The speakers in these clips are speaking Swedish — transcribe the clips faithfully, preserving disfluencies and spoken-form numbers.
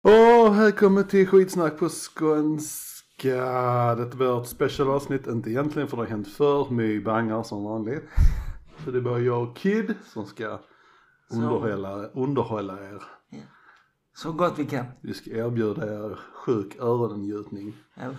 Och välkommen till skitsnack på skånska. Det var ett specialavsnitt, inte egentligen för det har hänt för mycket bangar som vanligt. Så det är bara jag och Kid som ska underhålla, underhålla er. Ja. Så gott vi kan. Vi ska erbjuda er sjuk öronnjutning.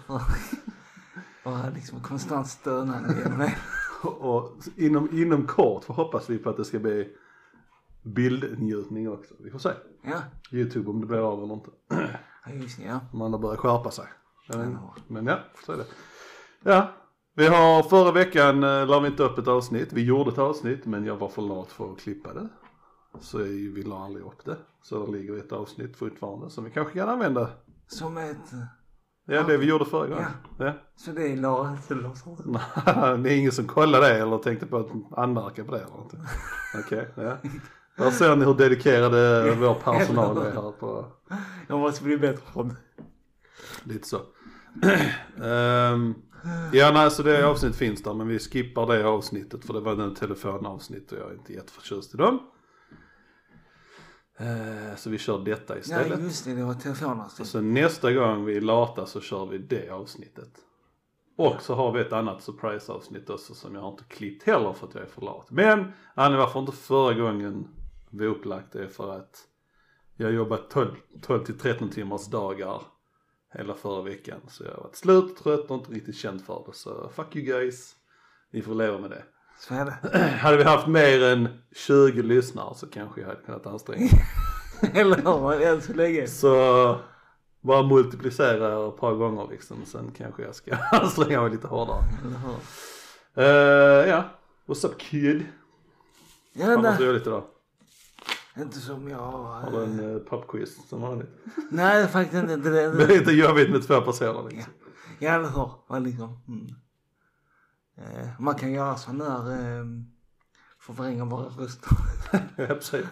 Och liksom konstant stönande genom det. Och inom, inom kort för hoppas vi på att det ska bli bildnjutning också. Vi får se. Ja. YouTube om det blir av eller inte. Ja, just det, ja. Man har börjat skärpa sig. Men, Ja. men ja, så är det. Ja, vi har förra veckan äh, la vi inte upp ett avsnitt. Vi gjorde ett avsnitt men jag var för lat för att klippa det. Så vi la aldrig upp det. Så det ligger ett avsnitt fortfarande som vi kanske kan använda. Som ett... Ja, det vi gjorde förra gången. Ja. Ja. Så det är la... Nej, det är ingen som kollade det eller tänkte på att anmärka på det eller någonting. Okej, okay, ja. Där ser ni hur dedikerade vår personal är här på... Jag måste bli bättre på det. Lite så. um, ja, nej, så det avsnitt finns där, men vi skippar det avsnittet för det var den telefonavsnitt och jag är inte jätteförtjust i dem. Uh, så vi kör detta istället. Ja, just det, det var telefonavsnitt. Och så nästa gång vi latar så kör vi det avsnittet. Och så har vi ett annat surprise-avsnitt också som jag har inte klippt heller för att jag är för lat. Men anledningen varför inte förra gången vi upplagt det är för att jag har jobbat tolv till tretton timmars dagar hela förra veckan. Så jag har varit slut, trött och inte riktigt känd för det. Så fuck you guys, ni får leva med det. Så är det. Hade vi haft mer än tjugo lyssnare så kanske jag hade kunnat anstränga. Eller har man än så länge. Så bara multiplicera ett par gånger liksom. Sen kanske jag ska anstränga mig lite hårdare. Uh, ja, what's up kid? Ja, Har nej. du roligt idag? Inte som jag... Har du en uh, popquiz som vanligt? Nej, faktiskt inte. Det, det, Men det är inte jobbigt med två personer liksom. Ja, eller hur? Vad liksom... Mm. Eh, man kan göra sån där... Eh, förvränga våra röster. Ja, precis.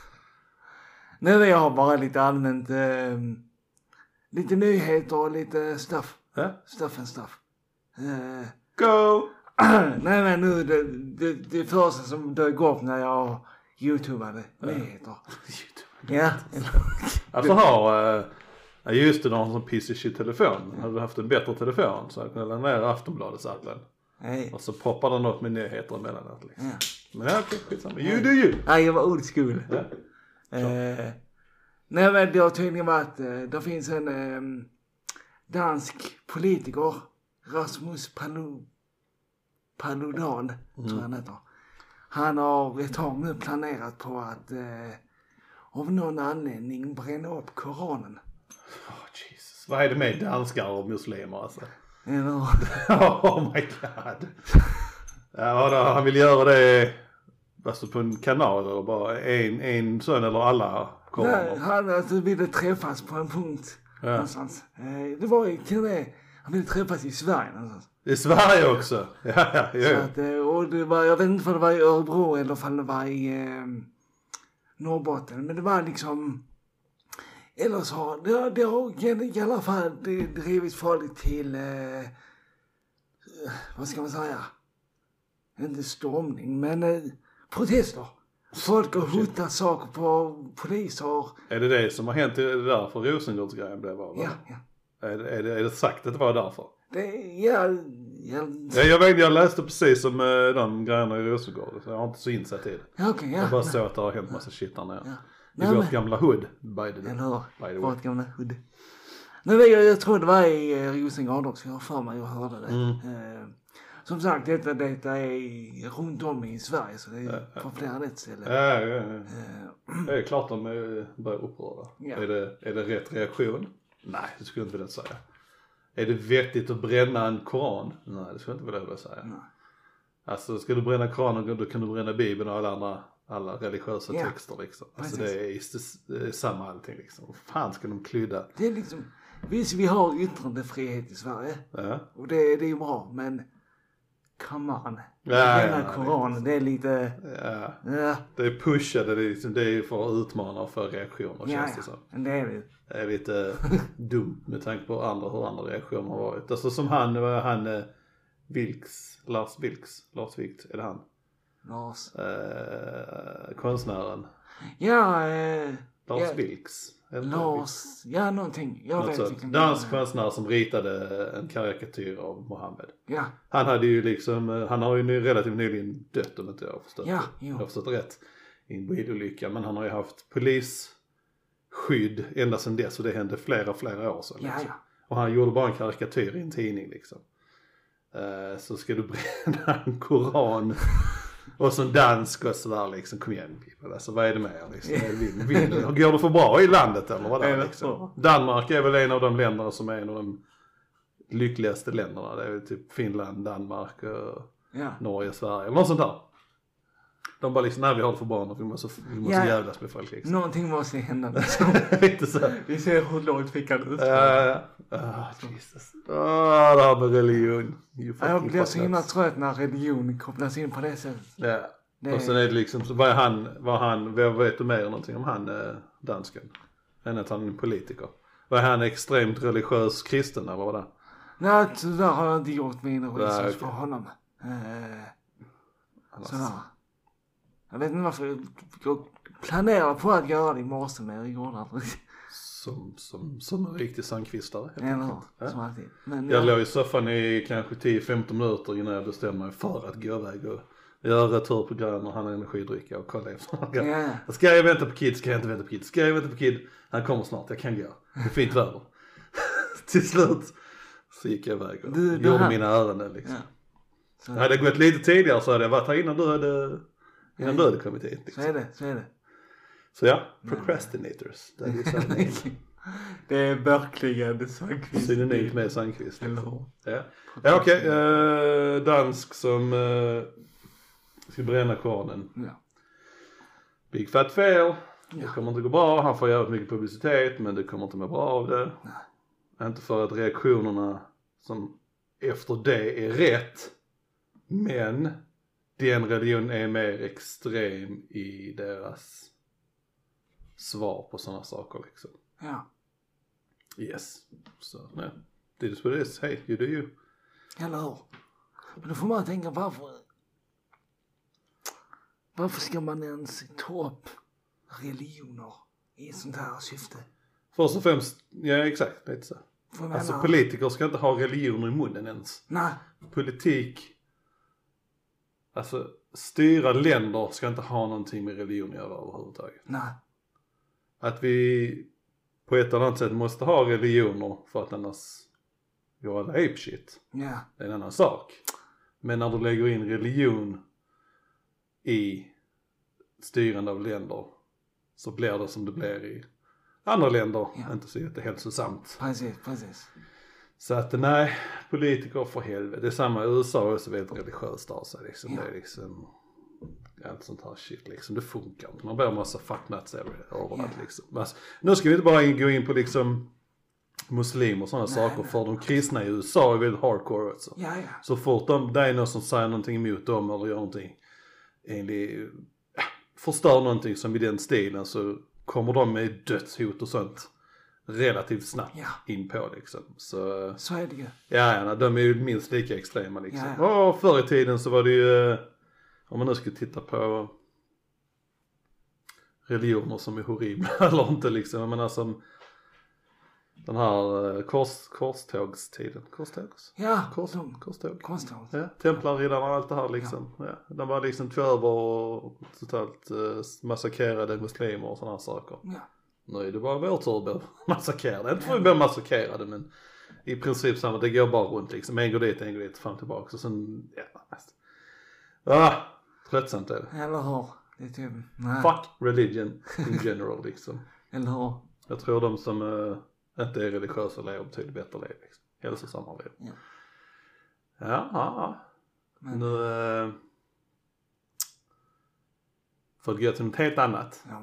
Nu jag har bara lite allmänt... Eh, lite nyheter och lite stuff. Ja? Stuff and stuff. Eh, Go! nej men nu, det, det, det första som dök upp när jag youtubade nyheter. Ja. Alltså har... Uh, ja just det, någon som pissar shit telefon. Hade du haft en bättre telefon så hade du kunnat lämna ner Aftonbladets appen. Nej. Och så poppar den upp med nyheter emellanåt liksom. Ja. Men ja, okej, skitsamma. You do you! Nej, jag var old school. Ja. Eh, nej men det har tydligen varit, eh, det finns en eh, dansk politiker, Rasmus Palu, Paludan, mm. tror jag han heter. Han har ett tag nu planerat på att eh, av någon anledning bränna upp Koranen. Oh Jesus, vad är det med danskar och muslimer alltså? Eller? Oh my god. Ja, då, han vill göra det alltså på en kanal eller bara en, en sån eller alla koraner? Nej, han alltså ville träffas på en punkt ja. någonstans. Eh, det var ju till och med, han ville träffas i Sverige någonstans. I Sverige också? Ja, ja, ja. Så att, eh, och det var, jag vet inte om det var i Örebro eller om det var i eh, Norrbotten. Men det var liksom, eller så, det, det har i alla fall det drivit folk till, eh, vad ska man säga? Inte stormning, men eh, protester. Folk har hotat saker på poliser. Är det det som har hänt? Är det därför Rosengårdsgrejen blev av? Ja, ja. Är det, är, det, är det sagt att det var därför? Det, ja, ja. Ja, jag vet, jag läste precis om uh, de grejerna i Rosengård. Så jag har inte så insatt i det. Ja, okay, ja. Jag bara såg att det har hänt massa shit där nere. Ja. I Nej, vårt men, gamla hood. By the, eller hur? by the way. Vårt gamla hood. Nu vet jag, jag tror det var i uh, Rosengård också. Jag har för mig, jag hörde det. Mm. Uh, som sagt, detta, detta är runt om i Sverige. Så det är ja, ja. på flera rätt ställen. Ja, ja, ja. Uh, Det är klart de är bara upprörda. Ja. Är, det, är det rätt reaktion? Nej, det skulle jag inte vilja säga. Är det vettigt att bränna en koran? Nej, det skulle jag inte vilja säga. Nej. Alltså, ska du bränna koranen då kan du bränna Bibeln och alla andra alla religiösa Ja. texter liksom. Alltså Precis. det är, det är samma allting liksom. Vad fan ska de klydda? Det är liksom, visst vi har yttrandefrihet i Sverige. Ja. Och det, det är ju bra, men come on. Ja, Den här ja, koranen, det är lite... Ja. Ja, Det är pushade, det är, liksom, det är för att utmana och för reaktioner ja, känns det ja. som. Men det är det. Det är lite dumt med tanke på andra, hur andra reaktioner har varit. Alltså som han, han eh, Vilks, Lars Vilks, Lars Vilks, är det han? Lars. Eh, konstnären. Ja, eh... Lars ja. Vilks. Lars, ja någonting. Jag vet sånt. vilken Dansk konstnär som ritade en karikatyr av Mohammed. Ja. Han hade ju liksom, han har ju nu relativt nyligen dött om inte jag har förstått ja, det. Jag har förstått rätt. I en bilolycka, men han har ju haft polisskydd ända sedan dess och det hände flera, flera år sedan. Ja, liksom. ja. Och han gjorde bara en karikatyr i en tidning liksom. Uh, så ska du bränna en koran och så en dansk och sådär liksom, kom igen people. Alltså vad är det med er liksom? Vill, vill, går det för bra i landet eller vad det är liksom? Danmark är väl en av de länderna som är en av de lyckligaste länderna. Det är väl typ Finland, Danmark, och ja. Norge, Sverige eller något sånt där. De bara liksom, nej vi har det för barn och vi måste, vi måste ja. jävlas med folk liksom. Någonting måste hända liksom. Inte så. Vi ser hur långt vi kan ut. Ja, uh, Jesus. Åh, oh, det här med religion. Jag blir så himla trött när religion kopplas in på det sättet. Ja, det... och sen är det liksom, så vad är han, vad han, vad vet du mer någonting om han, eh, dansken? Än att han är en politiker. Vad är han, extremt religiös kristen eller vad det är? Nej, så där har jag inte gjort min research okay. för honom. Eh, sådär. Jag vet inte varför jag planerar på att göra det i morse men jag gjorde aldrig. Som, som, som en riktig sandkvistare. Eller ja. Som alltid. Men, jag ja. låg i soffan i kanske tio femton minuter innan jag bestämde mig för att gå iväg och göra retur på Grön och han har energidricka och kolla efter. Ja, ja. Ska jag vänta på Kid? Ska jag inte vänta på Kid? Ska jag vänta på Kid? Han kommer snart, jag kan gå. Det är fint väder. Till slut så gick jag iväg och du, gjorde här... mina ärenden liksom. Ja. Så... Jag hade gått lite tidigare så hade jag varit här innan du hade, innan du hade kommit hit. Liksom. Så är det, så är det. Så ja, procrastinators. Det är, det är verkligen Sandqvist. Synonymt med Sandqvist. Ja, ja okej. Okay. Uh, dansk som uh, ska bränna kvarnen. Ja. Big fat fail. Ja. Det kommer inte gå bra. Han får jävligt mycket publicitet men det kommer inte med bra av det. Nej. Inte för att reaktionerna som efter det är rätt. Men den religionen är mer extrem i deras svar på sådana saker liksom. Ja. Yes. Så, nej. Det är så det är. Hej, you do you. Eller hur? Men då får man tänka varför varför ska man ens ta upp religioner i sånt här syfte? Först och främst, ja exakt, lite så. Alltså menar... politiker ska inte ha religioner i munnen ens. Nej. Politik, alltså styra länder ska inte ha någonting med religion att göra överhuvudtaget. Nej. Att vi på ett eller annat sätt måste ha religioner för att annars går alla ape shit. Ja. Det är en annan sak. Men när du lägger in religion i styrande av länder så blir det som det blir i andra länder. Ja. Inte så jättehälsosamt. Precis, precis. Så att nej, politiker för helvete. Det är samma i U S A också väldigt religiöst av sig liksom. Ja. Det är liksom allt sånt här shit liksom. Det funkar inte. Man blir en massa fucknuts överallt yeah. liksom. Alltså, nu ska vi inte bara gå in på liksom muslimer och sådana nej, saker. Nej. För de kristna i U S A är väldigt hardcore också. Ja, ja. Så fort de, det är någon som säger någonting emot dem eller gör någonting enligt, ja, förstör någonting som i den stilen så kommer de med dödshot och sånt relativt snabbt ja. in på liksom. Så, så är det ju. Ja, ja, de är ju minst lika extrema liksom. Ja, ja. Och förr i tiden så var det ju, om man nu ska titta på religioner som är horribla eller inte liksom. Jag menar som den här kors, korstågstiden. Korstågs? Ja. Kors, korståg. Korståg. Ja, templarriddarna och allt det här liksom. Ja. Ja, de var liksom två över och totalt uh, massakrerade muslimer och sådana här saker. Ja. Nu är det bara vår tur att bli massakrerade. Inte för att vi blir massakrerade men i princip samma. Det går bara runt liksom. En går dit, en går dit, fram tillbaka. Och sen, ja. Ah, tröttsamt är det. Eller hur? Det är typ, nej. Fuck religion in general liksom. Eller hur? Jag tror de som uh, inte är religiösa lever betydligt bättre liv liksom. Hälsosamma liv. Ja. Ja, ja. Men. Nu uh, för att gå till något helt annat. Ja.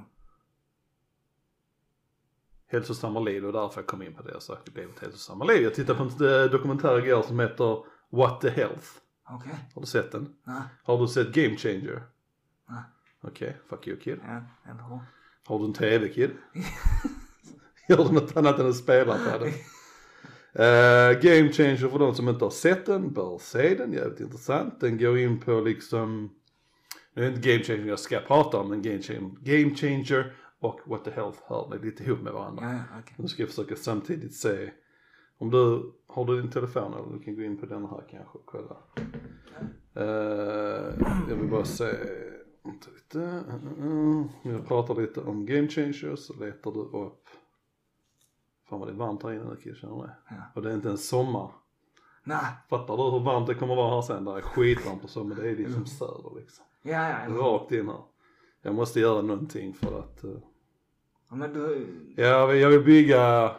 Hälsosamma liv och därför jag kom in på det. Jag sökte livet hälsosamma liv. Jag tittade på en dokumentär igår som heter What the Health. Okej. Okay. Har du sett den? Nej. Har du sett Game Changer? Nej. Okej, okay. Fuck you kid. Ja, eller hur? Har du en tv kid? Gör du något annat än att spela på den? Uh, Game Changer för de som inte har sett den bör se den, jävligt intressant. Den går in på liksom, nu är det inte Game Changer jag ska prata om, men Game Changer, Game Changer och What the Health hör lite ihop med varandra. Ja, ja, okay. Nu ska jag försöka samtidigt se om du, har du din telefon eller du kan gå in på den här kanske och kolla. Ja. Uh, jag vill bara se, vänta lite, uh, uh, jag pratar lite om Game Changers så letar du upp, fan vad det är varmt här inne nu kille, känner det? Ja. Och det är inte en sommar. Nej. Fattar du hur varmt det kommer vara här sen? Där är skitvarmt och så, men det är liksom söder liksom. Ja, ja, ja. Rakt in här. Jag måste göra någonting för att... Uh... Ja, men du... Ja, jag vill bygga...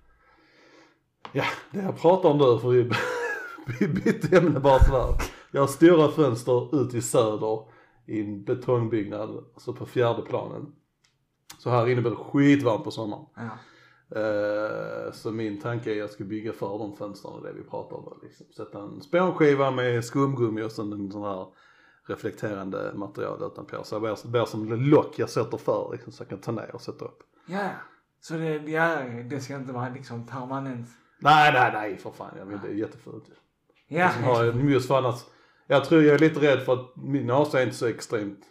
Ja, det jag pratar om nu för vi, vi bytte ämne bara sådär. Jag har stora fönster ut i söder i en betongbyggnad, alltså på fjärde planen. Så här inne blir det skitvarmt på sommaren. Ja. Uh, så min tanke är att jag ska bygga för de fönstren det vi pratar om. Liksom. Sätta en spånskiva med skumgummi och sen en sån här reflekterande material utanpå. Så det blir som en lock jag sätter för liksom, så jag kan ta ner och sätta upp. Ja, så det, ja, det ska inte vara liksom permanent. Nej, nej, nej för fan. Jag vill, det är jättefult. Ja. Jag har just för annars, jag tror jag är lite rädd för att min A C är inte så extremt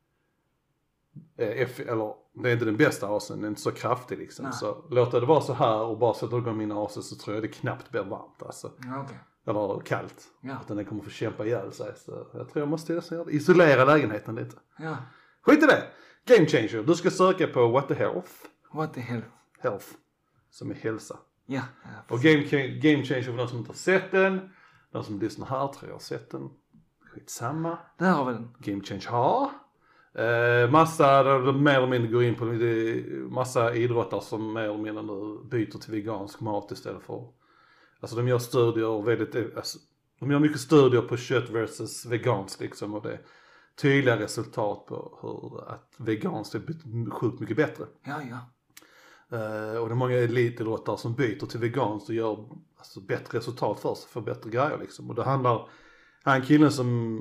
eh, F, eller det är inte den bästa A C:n, den är inte så kraftig liksom. Nej. Så låter det vara så här och bara sätter igång min A C så tror jag det knappt blir varmt alltså. Ja, okay. Eller kallt. Ja. Utan den kommer få kämpa ihjäl sig. Så jag tror jag måste göra det. Isolera lägenheten lite. Ja. Skit i det. Game Changer. Du ska söka på What the Health. What the Health. Health. Som är hälsa. Ja. ja och Game, Game Changer för de som inte har sett den. De som lyssnar här tror jag har sett den. Skitsamma. Där har vi den. Game Changer har. Eh, massa, där de mer eller mindre går in på massa idrottare som mer eller mindre nu byter till vegansk mat istället för. Alltså de gör studier väldigt, alltså, de gör mycket studier på kött versus veganskt liksom och det är tydliga resultat på hur att veganskt är sjukt mycket bättre. Ja, ja. Uh, och det är många elitidrottare som byter till veganskt och gör alltså, bättre resultat för sig, för bättre grejer liksom. Och det handlar, han killen som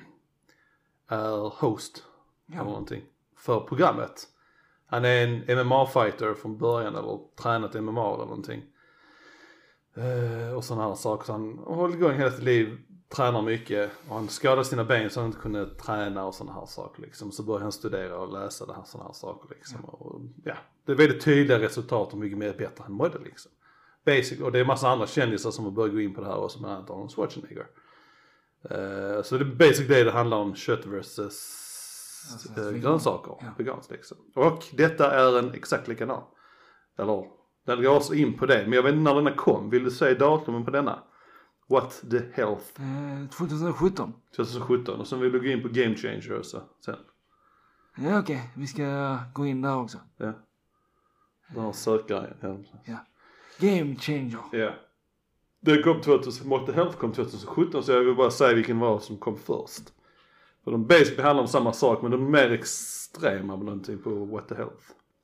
är host ja. eller någonting för programmet. Han är en M M A-fighter från början eller tränat M M A eller någonting. Uh, och sådana här saker. Så han håller igång hela sitt liv, tränar mycket och han skadade sina ben så han inte kunde träna och sådana här saker liksom. Så började han studera och läsa det här, sådana här saker liksom. Mm. Och, ja, det är väldigt tydliga resultat och mycket mer bättre han mådde liksom. Basic, och det är massa andra kändisar som har börjat gå in på det här och som bland annat Arnold Schwarzenegger. Uh, så det är basic det det handlar om kött versus alltså, uh, grönsaker, ja. veganskt liksom. Och detta är en exakt likadan. Eller den går också in på det, men jag vet inte när denna kom. Vill du säga datumen på denna? What the Health? Eh, tjugosjutton. tjugosjutton och sen vill du gå in på Game Changer också sen. Ja okej, okay. Vi ska gå in där också. Ja. Den har sökgrejen. Ja. Game Changer. Ja. Det kom tvåtusen, What the Health kom tjugosjutton så jag vill bara säga vilken var som kom först. För de basically handlar om samma sak men de är mer extrema med någonting på What the Health.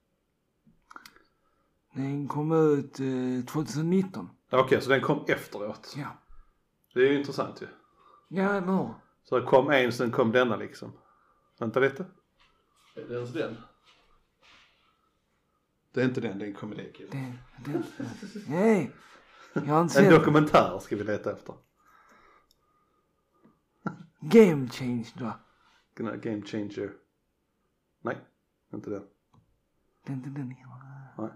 Den kom ut eh, tjugonitton. Okej, okay, så den kom efteråt. Ja. Det är ju intressant ju. Ja, no. Så det kom en, sen kom denna liksom. Vänta lite. Är det ens den? Det är inte den, det är en komedikille. Den, den. Nej. Jag har inte en sett. dokumentär ska vi leta efter. Game Changer då. Game Changer. Nej, inte den. Den, den, den. Nej.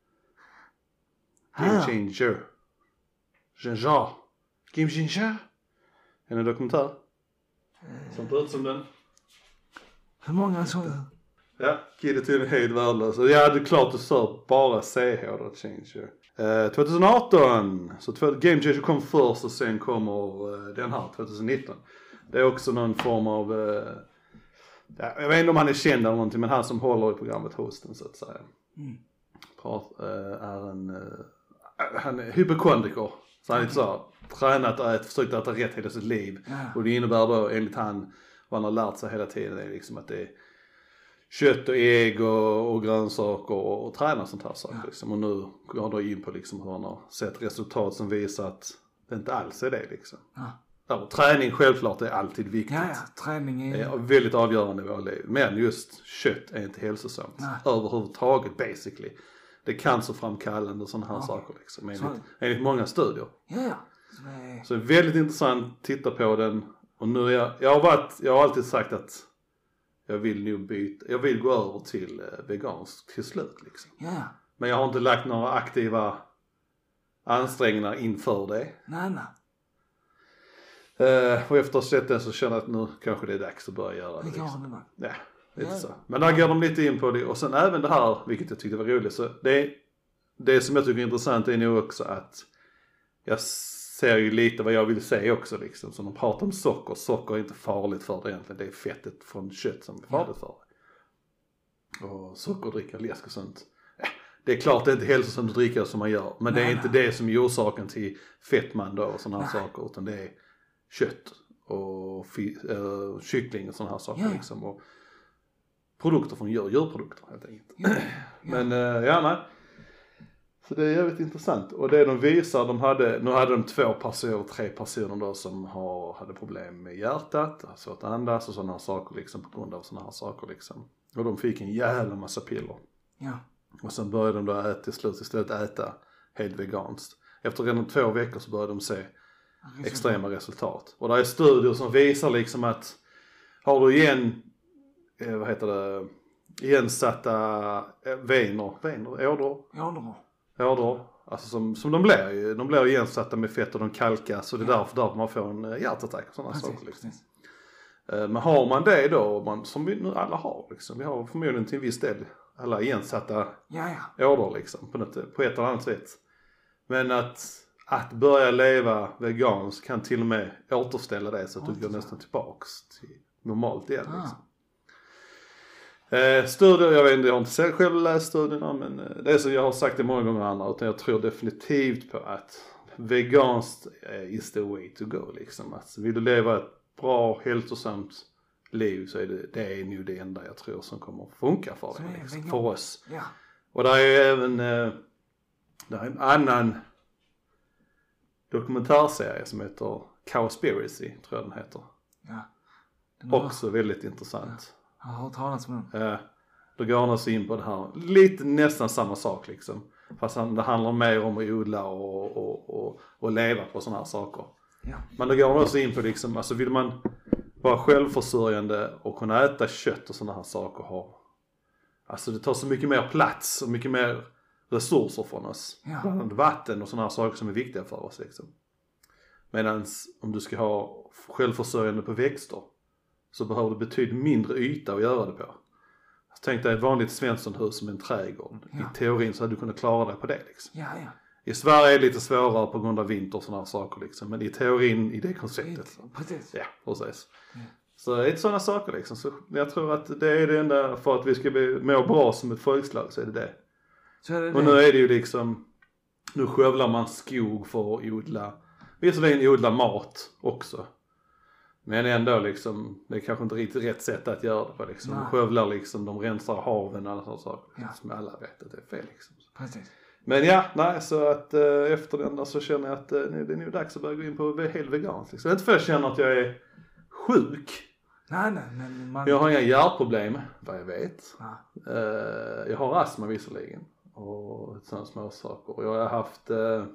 Game ah. Changer. Changer. Game Changer. En dokumentär. Uh. Som ut som den. Hur många så? Ja, kid är tydligen helt värdelös. Ja, det är klart du sa bara C H då, Changer. Uh, tjugoarton. Så Game Changer kom först och sen kommer uh, den här tjugonitton. Det är också någon form av... Uh, ja, jag vet inte om han är känd eller någonting, men han som håller i programmet hosten så att säga. Mm. Prat, uh, är en... Uh, han är hypokondriker. Så han är inte så tränat och ätit, försökt äta rätt hela sitt liv. Ja. Och det innebär då enligt han, vad han har lärt sig hela tiden är liksom att det är kött och ägg och, och grönsaker och, och träna och sånt här saker. Ja. Liksom. Och nu går han då in på liksom hur han har sett resultat som visar att det inte alls är det liksom. Ja. Ja, träning självklart är alltid viktigt. Ja, ja. Träning är... är väldigt avgörande i våra liv. Men just kött är inte hälsosamt. Nej. Överhuvudtaget basically. Det är cancerframkallande och sådana här ja. saker liksom. Enligt, så... enligt många studier. Ja, ja. Så det är... så det är väldigt intressant att titta på den. Och nu är jag, jag har varit, jag har alltid sagt att jag vill nog byta, jag vill gå över till eh, vegansk till slut liksom. Ja. Men jag har inte lagt några aktiva ansträngningar inför det. Nej, nej. Uh, och efter att ha sett den så känner jag att nu kanske det är dags att börja göra det. Det Liksom. kan det. Ja, lite Ja. så. Men där går de lite in på det. Och sen även det här, vilket jag tyckte var roligt. Så det, det som jag tycker är intressant är nog också att jag ser ju lite vad jag vill säga också liksom. Så de pratar om socker. Socker är inte farligt för det egentligen. Det är fettet från kött som är farligt för det. Och socker, dricka, läsk och sånt. Ja, det är klart det är inte hälsosamt att dricka som man gör. Men nej, det är inte nej. det som är orsaken till fettman då och sådana här saker. Utan det är kött och fi, äh, kyckling och sådana här saker. Ja. Liksom. Och produkter från djur, djurprodukter helt enkelt. Ja. Ja. Men äh, ja, nej. Så det är jävligt intressant. Och det de visar, de hade, nu hade de två personer, tre personer då som har, hade problem med hjärtat, alltså att andas och sådana här saker liksom på grund av sådana här saker liksom. Och de fick en jävla massa piller. Ja. Och sen började de då äta till slut istället äta helt veganskt. Efter redan två veckor så började de se resultat. extrema resultat. Och det är studier som visar liksom att har du igen, eh, vad heter det, igensatta eh, vener, vener, ådror? Ådror. Ådror. Alltså som, som de blir ju, de blir igensatta med fett och de kalkas och det är ja. därför, därför man får en eh, hjärtattack och sådana precis, saker liksom. Precis. Eh, men har man det då, man, som vi nu alla har liksom, vi har förmodligen till en viss del alla igensatta ja, ja. ådror liksom, på, något, på ett eller annat sätt. Men att, att börja leva veganskt kan till och med återställa det så att du går nästan tillbaks till normalt igen ah. liksom. Eh, studier, jag vet inte, jag har inte själv läst studierna, men det är så jag har sagt det många gånger andra, utan jag tror definitivt på att veganskt is the way to go liksom. Alltså, vill du leva ett bra, hälsosamt liv så är det, det är nog det enda jag tror som kommer funka för dig, liksom, för oss. Ja. Och där är ju även eh, där är en annan dokumentärserie som heter Cowspiracy, tror jag den heter. Ja. Den var... Också väldigt intressant. Ja. Jag har hört talas om den. Ja. Då går han alltså in på det här, lite nästan samma sak liksom. Fast det handlar mer om att odla och, och, och, och leva på sådana här saker. Ja. Men då går han också in på liksom, alltså vill man vara självförsörjande och kunna äta kött och sådana här saker ha. Alltså det tar så mycket mer plats och mycket mer resurser från oss. Ja. Bland annat vatten och sådana här saker som är viktiga för oss liksom. Medan om du ska ha självförsörjande på växter så behöver du betydligt mindre yta att göra det på. Tänk dig ett vanligt Svenssonhus som en trädgård. Ja. I teorin så hade du kunnat klara dig på det liksom. Ja, ja. I Sverige är det lite svårare på grund av vinter och sådana här saker liksom. Men i teorin, i det konceptet. Precis. Ja, precis. Ja. Så det är sådana saker liksom. Så jag tror att det är det enda för att vi ska bli må bra som ett folkslag, så är det det. Så är det och det. Nu är det ju liksom, nu skövlar man skog för att odla. Visserligen odla mat också. Men ändå liksom, det är kanske inte riktigt rätt sätt att göra det på liksom. De skövlar liksom, de rensar haven och alla sådana saker. Ja. Som alla vet att det är fel liksom. Precis. Men ja, nej, så att eh, efter den där så känner jag att eh, nu, det är nu dags att börja gå in på helt veganskt liksom. Inte för att jag känner att jag är sjuk. Nej, nej, men man... Jag har inga hjärtproblem, vad jag vet. Ja. Eh, jag har astma visserligen. Och sådana små saker. Och jag har haft eh,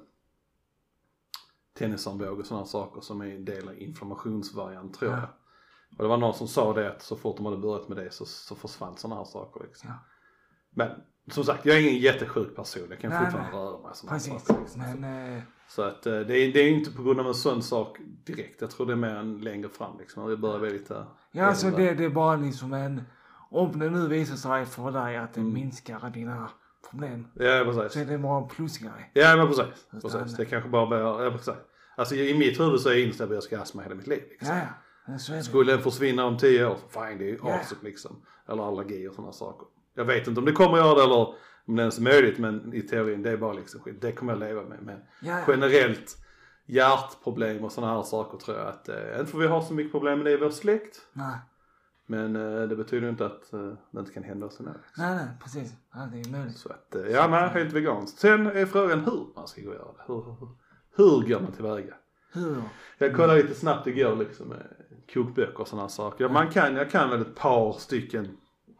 tennisarmbåge och sådana saker som är en del av inflammationsvariant, tror ja. jag. Och det var någon som sa det att så fort de hade börjat med det så, så försvann sådana här saker liksom. Ja. Men som sagt, jag är ingen jättesjuk person. Jag kan nej, fortfarande nej. röra mig. Precis. Saker, liksom. Men, eh... Så att det är, det är inte på grund av en sån sak direkt. Jag tror det är mer än längre fram liksom. Vi börjar väl lite... Ja, alltså det, det är bara liksom en... Om det nu visar sig för dig att det mm. minskar dina problem. Ja, precis. Så är det bara en plusgrej. Ja, men precis. precis. Det kanske bara börjar... Ja, precis. Alltså i mitt huvud så är jag inställd att jag ska astma hela mitt liv liksom. Ja, ja. Så är det. Skulle den försvinna om tio år, fine, det är ju ja. awesome liksom. Eller allergi och sådana saker. Jag vet inte om det kommer göra det eller om det ens är möjligt, men i teorin det är bara liksom skit. Det kommer jag leva med. Men ja, ja. generellt hjärtproblem och sådana här saker tror jag att, eh, inte för vi har så mycket problem med det i vår släkt. Nej. Men eh, det betyder inte att eh, det inte kan hända oss liksom. Nej, nej, precis. Ja, det är möjligt. Så att, eh, ja, nej, helt veganskt. Sen är frågan hur man ska gå och göra det. Hur, hur, hur går man tillväga? Hur? Jag kollade lite snabbt igår liksom med kokböcker och sådana saker. Ja, man kan, jag kan väl ett par stycken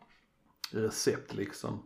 recept liksom.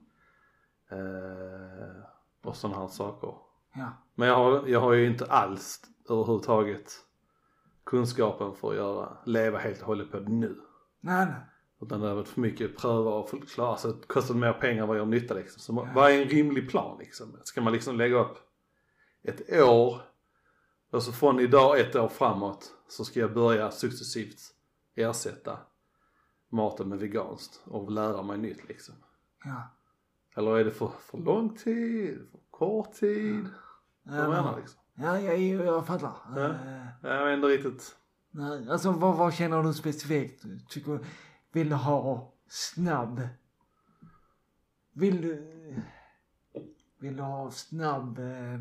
Eh, och sådana här saker. Ja. Men jag har, jag har ju inte alls överhuvudtaget kunskapen för att göra, leva helt och hållet på det nu. Nej, nej. Utan det har varit för mycket pröva och förklara. Alltså det kostar mer pengar vad gör nytta liksom. Så ja. Vad är en rimlig plan liksom? Ska man liksom lägga upp ett år. Och så från idag ett år framåt. Så ska jag börja successivt ersätta maten med veganskt. Och lära mig nytt liksom. Ja. Eller är det för, för lång tid? För kort tid? Ja, vad menar liksom? Ja, jag, jag fattar. Ja. Uh, jag vet inte riktigt. Nej, alltså vad, vad känner du specifikt? Tycker, vill du ha snabb? Vill du... Vill du ha snabb... Eh,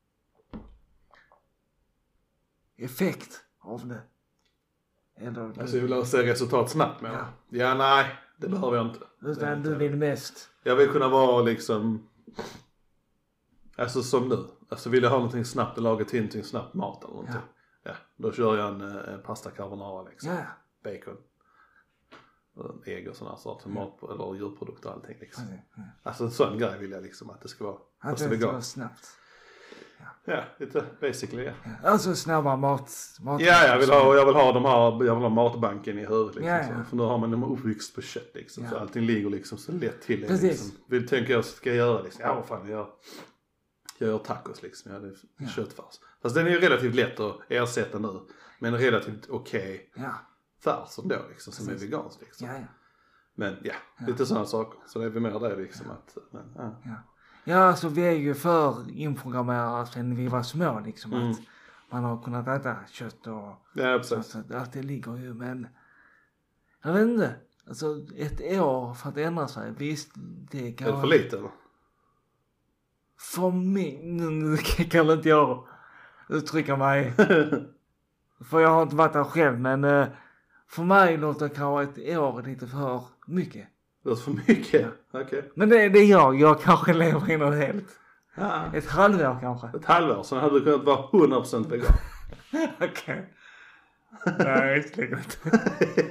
effekt av det? Eller... Alltså jag vill ha se resultat snabbt med ja. ja, nej. Det behöver jag inte. Utan du vill mest? Jag vill kunna vara liksom... Alltså som nu. Alltså vill jag ha någonting snabbt och laga till någonting snabbt mat eller någonting. Ja. Ja, då kör jag en, en pasta carbonara liksom. Ja. Bacon. Och ägg och sådana saker. Mm. Mat eller djurprodukter och allting liksom. Mm. Mm. Alltså en sån grej vill jag liksom att det ska vara. Att det ska vara snabbt. Ja, ja lite basically ja. ja. Alltså snabba mat. mat ja, jag vill ha, jag vill ha de här, jag vill ha matbanken i huvudet liksom. Ja, ja. För nu har man dem uppväxt på kött liksom. Ja. Så allting ligger liksom så lätt till. Precis. Liksom. Vill tänka jag ska jag göra liksom. Ja, vad fan jag Jag gör tacos liksom, jag hade ja. köttfärs. Fast den är ju relativt lätt att ersätta nu. Men relativt okej okay ja. färs ändå liksom, som Precis. är veganskt liksom. Ja, ja. Men ja, ja, lite sådana saker. Så det är vi mer där liksom ja. att, men, ja. Ja. ja, alltså vi är ju för inprogrammerade sen vi var små liksom. Mm. Att man har kunnat äta kött och... Ja, precis. Så att, att det ligger ju, men... Jag vet inte. Alltså ett år för att ändra sig, visst det kan... Är det för lite eller? För mig, nu kan inte jag uttrycka mig. För jag har inte varit där själv, men uh, för mig låter kanske ett år lite för mycket. Det låter för mycket? Okej. Okay. Men det, det är jag, jag kanske lever inom helt. Ja. Ett halvår kanske. Ett halvår, så hade du kunnat vara hundra procent vegan. Okej. Nej, visserligen inte.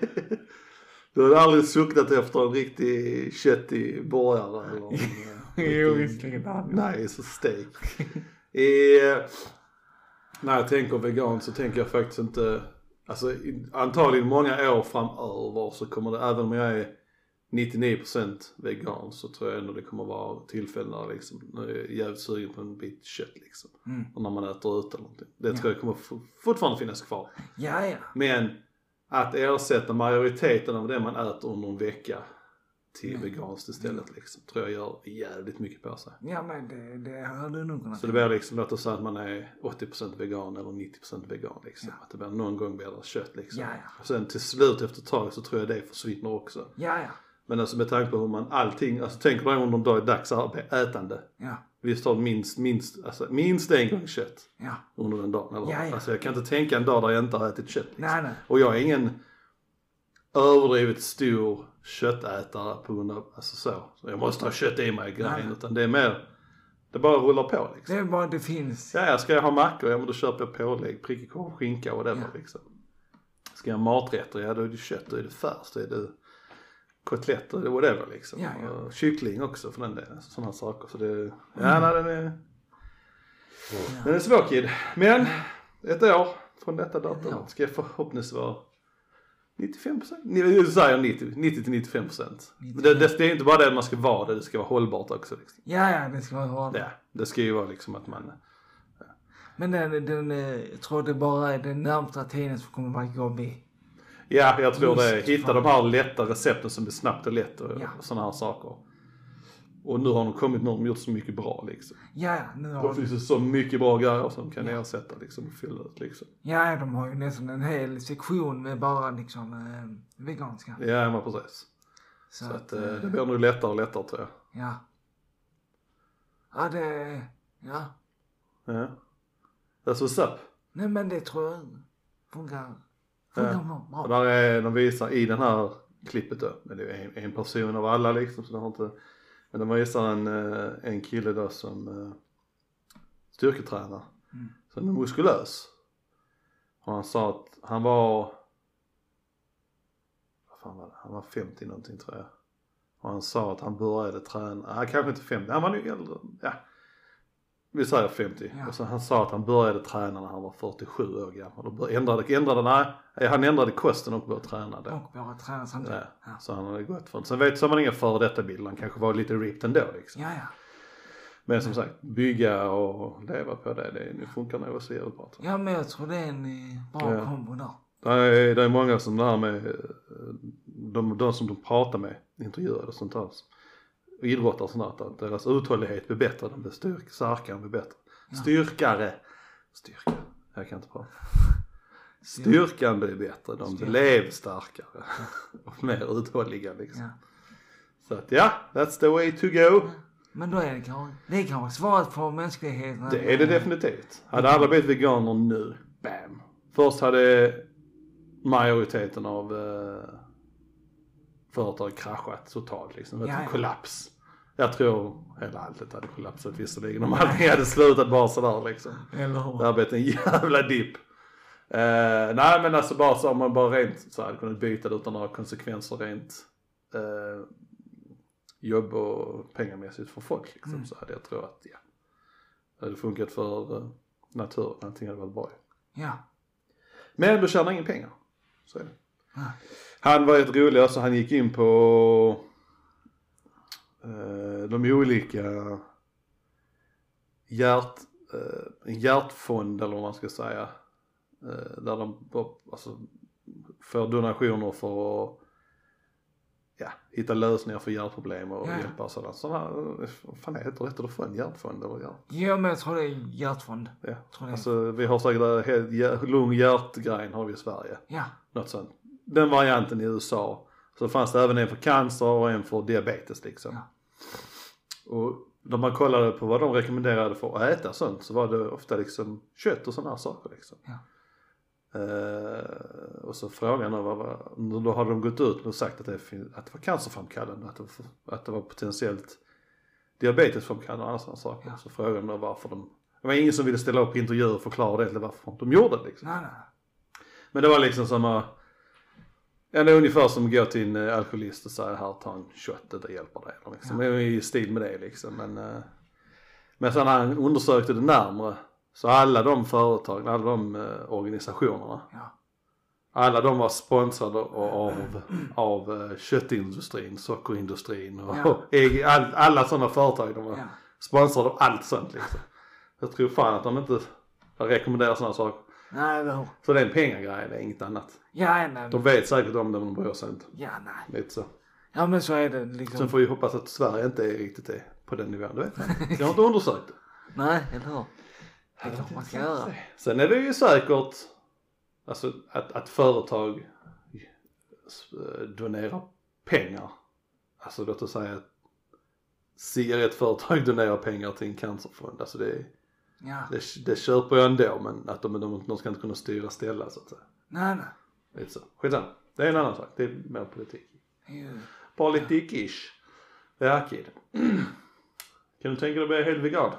Du har aldrig suktat efter en riktig köttig borgare eller en, jo, visserligen. Nej, så steak. I, när jag tänker vegan så tänker jag faktiskt inte, alltså antagligen många år framöver så kommer det, även om jag är nittionio procent vegan så tror jag ändå det kommer vara tillfällen där liksom, när jag är jävligt sugen på en bit kött liksom. Mm. Och när man äter ut eller någonting. Det ja. tror jag kommer fortfarande finnas kvar. Ja, ja. Men att ersätta majoriteten av det man äter under en vecka till mm. veganskt istället mm. liksom, tror jag gör jävligt mycket på sig. Ja, men det, det har du nog kunnat. Så det blir liksom, låt oss säga att man är åttio procent vegan eller nittio procent vegan liksom. Ja. Att det blir någon gång blir det kött liksom. Ja, ja. Och sen till slut efter ett tag så tror jag det försvinner också. Ja, ja. Men alltså med tanke på hur man allting, alltså tänker man under en dag i dagsarbete, ätande. Ja. Visst har minst, minst, alltså minst en gång kött. Ja. Under en dag. Eller? Ja, ja. Alltså jag kan inte tänka en dag där jag inte har ätit kött. Liksom. Nej, nej. Och jag är ingen överdrivet stor köttätare på grund av, alltså så. så jag måste ha kött i mig grejen. Utan det är mer, det bara rullar på liksom. Det är bara det finns. Ja, ska jag ha mackor, ja men då köper jag pålägg, prickig korv, skinka och det ja. liksom. Ska jag ha maträtter, ja då är det kött, då är det färs, då är det kotletter, det whatever liksom. Ja, ja. Och kyckling också för den delen, sådana saker. Så det, ja mm. nej, den är, mm. den är svår kid. Men ett år från detta datum ja. ska jag förhoppningsvis vara nittiofem procent. Nu säger jag nittio, nittio till nittiofem procent. Det, det, det är inte bara det att man ska vara det, det ska vara hållbart också. Liksom. Ja, ja, det ska vara hållbart. Ja, det ska ju vara liksom att man... Ja. Men den, den, jag tror det bara är den närmsta tiden som kommer vara jobbig. Ja, jag tror Just det. Hitta de här lätta recepten som är snabbt och lätt och, ja. och sådana här saker. Och nu har de kommit, nu har de gjort så mycket bra liksom. Ja, nu har Då finns det så mycket bra grejer som kan ja. ersätta liksom och fylla ut liksom. Ja, de har ju nästan en hel sektion med bara liksom äh, veganska. Ja, men precis. Så, så att, äh, det blir nog lättare och lättare tror jag. Ja. Ja, det, ja. Ja. That's what's up. Nej, men det tror jag funkar. Funkar ja. Och där är, de visar i den här klippet då, men det är en, en person av alla liksom, så det har inte... Men de visar en, en kille då som uh, styrketränar. Mm. Som är muskulös. Och han sa att han var, vad fan var det? Han var femtio någonting tror jag. Och han sa att han började träna, han kanske inte femtio, han var nog äldre. Ja. vi säger femtio. Ja. Och så han sa att han började träna när han var fyrtiosju år gammal. Och började, ändrade, ändrade, nej, han ändrade kosten och började träna då. Och började träna samtidigt. Ja. Ja. Så han hade gått från. Sen vet så har man inga före detta bilder. Han kanske var lite ripped ändå liksom. Ja, ja. Men som sagt, bygga och leva på det, det, det funkar nog så jävligt bra. Ja, men jag tror det är en eh, bra Ja. kombo där. Det är, det är många som det här med eh, de, de som de pratar med, intervjuer och sånt där. Idrottare och sånt där, att deras uthållighet blir bättre, de blir styrk, starkare blir bättre. Ja. Styrkare. Styrka. Jag kan inte prata. Styrkan blir bättre, de blir lev starkare och mer uthålliga liksom. Ja. Så att ja, that's the way to go. Men då är det kanske, det är kanske svaret på mänskligheten. Det är det definitivt. Hade alla blivit veganer nu, bam. Först hade majoriteten av eh, företag kraschat totalt liksom. Ett Ja, ja. kollaps. Jag tror hela allt hade kollapsat visserligen om allting hade slutat bara sådär liksom. Eller hur? Det hade blivit en jävla dipp. Eh, nej men alltså bara så om man bara rent så hade kunnat byta det utan några konsekvenser rent eh, jobb och pengamässigt för folk liksom. Mm. Så hade jag tror att ja. Det hade funkat för uh, naturen, allting hade varit bra. Ja. Men du tjänar ingen pengar. Så är det. Ja. Han var ett rolig, så han gick in på uh, de olika hjärt, uh, en hjärtfond eller vad man ska säga. Uh, där de alltså, får donationer för att ja, hitta lösningar för hjärtproblem och ja. hjälpa och sådana. Sådana, vad fan heter det? Heter det för en hjärtfond eller hjärt? Ja, men jag tror det är hjärtfond. Ja, tror det. alltså vi har säkert lung hjärtgrejen har vi i Sverige. Ja. Något sånt. Den varianten i U S A. Så fanns det även en för cancer och en för diabetes liksom. Ja. Och när man kollade på vad de rekommenderade för att äta sånt så var det ofta liksom kött och sådana här saker liksom. Ja. Uh, och så frågan då var, då hade de gått ut och sagt att det, att det var cancerframkallande, att det var, att det var potentiellt diabetesframkallande och andra sådana saker. Ja. Så frågan då varför de, det var ingen som ville ställa upp i intervjuer och förklara det eller varför de gjorde det liksom. Nej, nej. Men det var liksom som att, ja, det är ungefär som att gå till en alkoholist och säga här, ta en shot, det hjälper dig liksom. Ja. Det är i stil med det liksom. Men, uh, men sen han undersökte det närmare. Så alla de företagen, alla de eh, organisationerna, ja. alla de var sponsrade av, av eh, köttindustrin, sockerindustrin och ja. ägg, all, alla sådana företag. De var ja. sponsrade av allt sånt liksom. Jag tror fan att de inte rekommenderar sådana saker. Nej, det har. Så det är en pengagrej, det är inget annat. Ja, nej. De vet säkert om det, men de bryr sig inte. Ja, nej. Lite så. Ja, men så är det liksom. Sen får vi hoppas att Sverige inte är riktigt det på den nivån, du vet. Jag har inte undersökt det. Nej, eller hur? Det kan man ska göra. Sen är det ju säkert alltså att, att företag donerar pengar. Alltså låt oss säga att cigarettföretag donerar pengar till en cancerfond. Alltså det, ja. det, det köper jag ändå, men att de, de, de ska inte kunna styra ställa så att säga. Nej, nej. Lite så. Skitsamma. Det är en annan sak. Det är mer politik. Ja. Politik-ish. Ja, kid. Kan du tänka dig att bli helt vegan?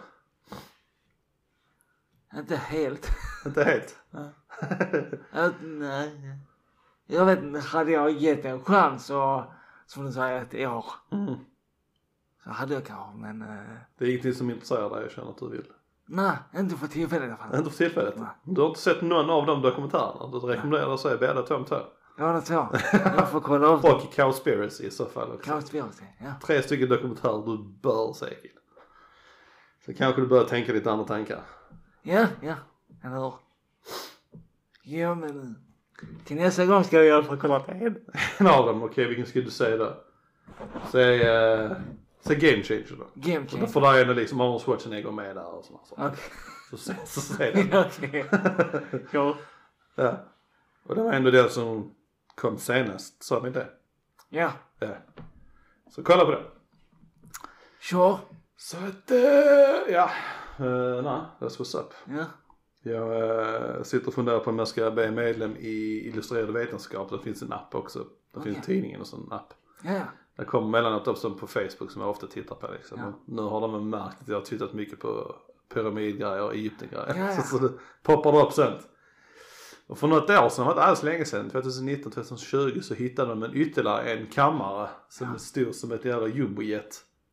Inte helt. Inte helt? Att, nej. Jag vet inte, hade jag gett en chans så som du säger ett år. Mm. Så hade jag kanske, men... Uh, det är ingenting som intresserar dig, jag känner att du vill. Nej, inte för tillfället i alla fall. Inte för tillfället? Nej. Du har inte sett någon av de dokumentärerna? Du rekommenderar att se båda två om två? Ja, det tror jag. Jag får kolla upp. Och Cowspiracy i så fall också. Cowspiracy, ja. Tre stycken dokumentärer du bör se. Så kanske du börjar tänka lite andra tankar. Ja, ja. Eller hur? Ja, men... Till nästa gång ska jag i alla fall kolla på en. En av dem, okej, vilken ska du säga då? Säg, uh, säg Game Changer då. Game Changer. För där är det liksom Arnold Schwarzenegger med där och sådana saker. Okej. Så, så, så säg det. Okej. Ja. Ja. Och det var ändå det som kom senast, sa ni det? Ja. Ja. Så kolla på det. Sure. Så att, uh, ja. Uh, nej, that's what's up. Ja. Jag uh, sitter och funderar på om jag ska bli medlem i Illustrerade vetenskap. Det finns en app också. Det Okay. finns tidningen och sån app. Ja. Det kommer mellanåt också på Facebook som jag ofta tittar på liksom. Ja. Nu har de märkt att jag har tittat mycket på pyramidgrejer och Egyptengrejer. Ja, ja. så, så det poppar det upp sånt. Och för något år sedan, var det alls länge sedan, tjugonitton tjugohundratjugo, så hittade de en ytterligare en kammare som Ja. är stor som ett jävla jumbojet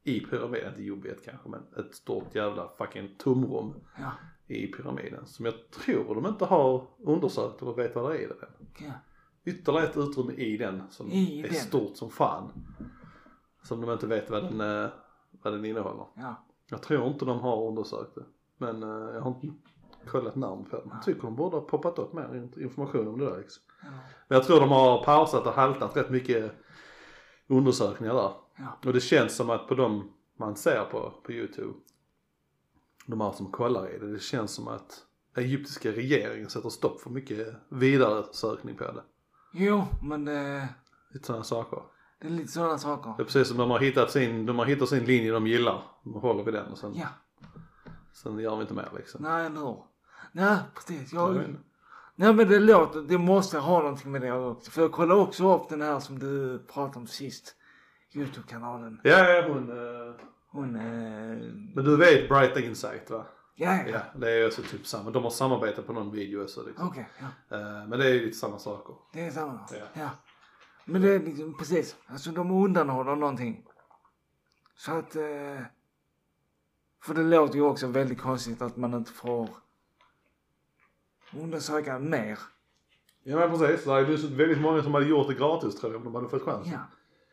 i pyramiden, inte jobbigt kanske, men ett stort jävla fucking tomrum Ja. i pyramiden som jag tror de inte har undersökt eller vet vad det är i den. Ja. Ytterligare ett utrymme i den som I är den. stort som fan. Som de inte vet vad den, eh, vad den innehåller. Ja. Jag tror inte de har undersökt det. Men eh, jag har inte kollat närmare på det. Jag tycker de borde ha poppat upp mer information om det där liksom. Ja. Men jag tror de har pausat och haltat rätt mycket undersökningar där. Ja. Och det känns som att på dem man ser på, på YouTube, de här som kollar i det, det känns som att egyptiska regeringen sätter stopp för mycket vidare sökning på det. Jo, men det, Lite sådana saker. det är lite sådana saker. Det är precis som de har hittat sin, de har hittat sin linje de gillar. De håller vid den och sen, Ja. sen gör vi inte mer liksom. Nej, eller hur? Nej, precis. Jag, Jag vet inte. nej, men det låter, det måste ha någonting med det också. För jag kollade också upp den här som du pratade om sist. YouTube-kanalen. Ja, ja, hon... Eh, Hon, eh, men du vet Bright Insight va? ja, Ja, det är också typ samma. De har samarbetat på någon video så liksom. Okej, ja. Eh, men det är ju lite samma saker. Det är samma. Ja. Ja. Men det är liksom, precis. Alltså de undanhåller någonting. Så att, eh, för det låter ju också väldigt konstigt att man inte får undersöka mer. Ja men precis, det är ju väldigt många som hade gjort det gratis tror jag om de hade fått chansen. Ja.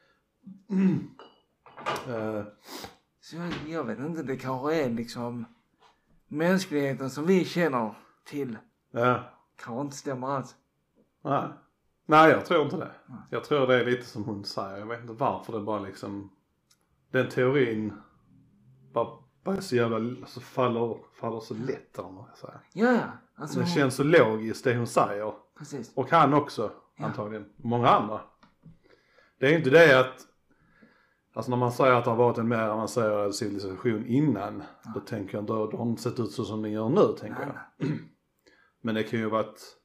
Eh, Så jag, jag vet inte, det kanske är liksom mänskligheten som vi känner till ja, kanske inte stämmer alls. nej. Nej jag tror inte det. Jag tror det är lite som hon säger, jag vet inte varför det bara liksom, den teorin bara, bara så jävla, alltså faller, faller så lätt eller vad man ska säga. Ja, ja. Alltså, Det hon- känns så logiskt det hon säger. precis. Och han också, Ja. antagligen. Många andra. Det är ju inte det att, alltså när man säger att det har varit en mer avancerad civilisation innan, Ja. då tänker jag då, då har de sett ut så som den gör nu, tänker Nej, jag. Men det kan ju varit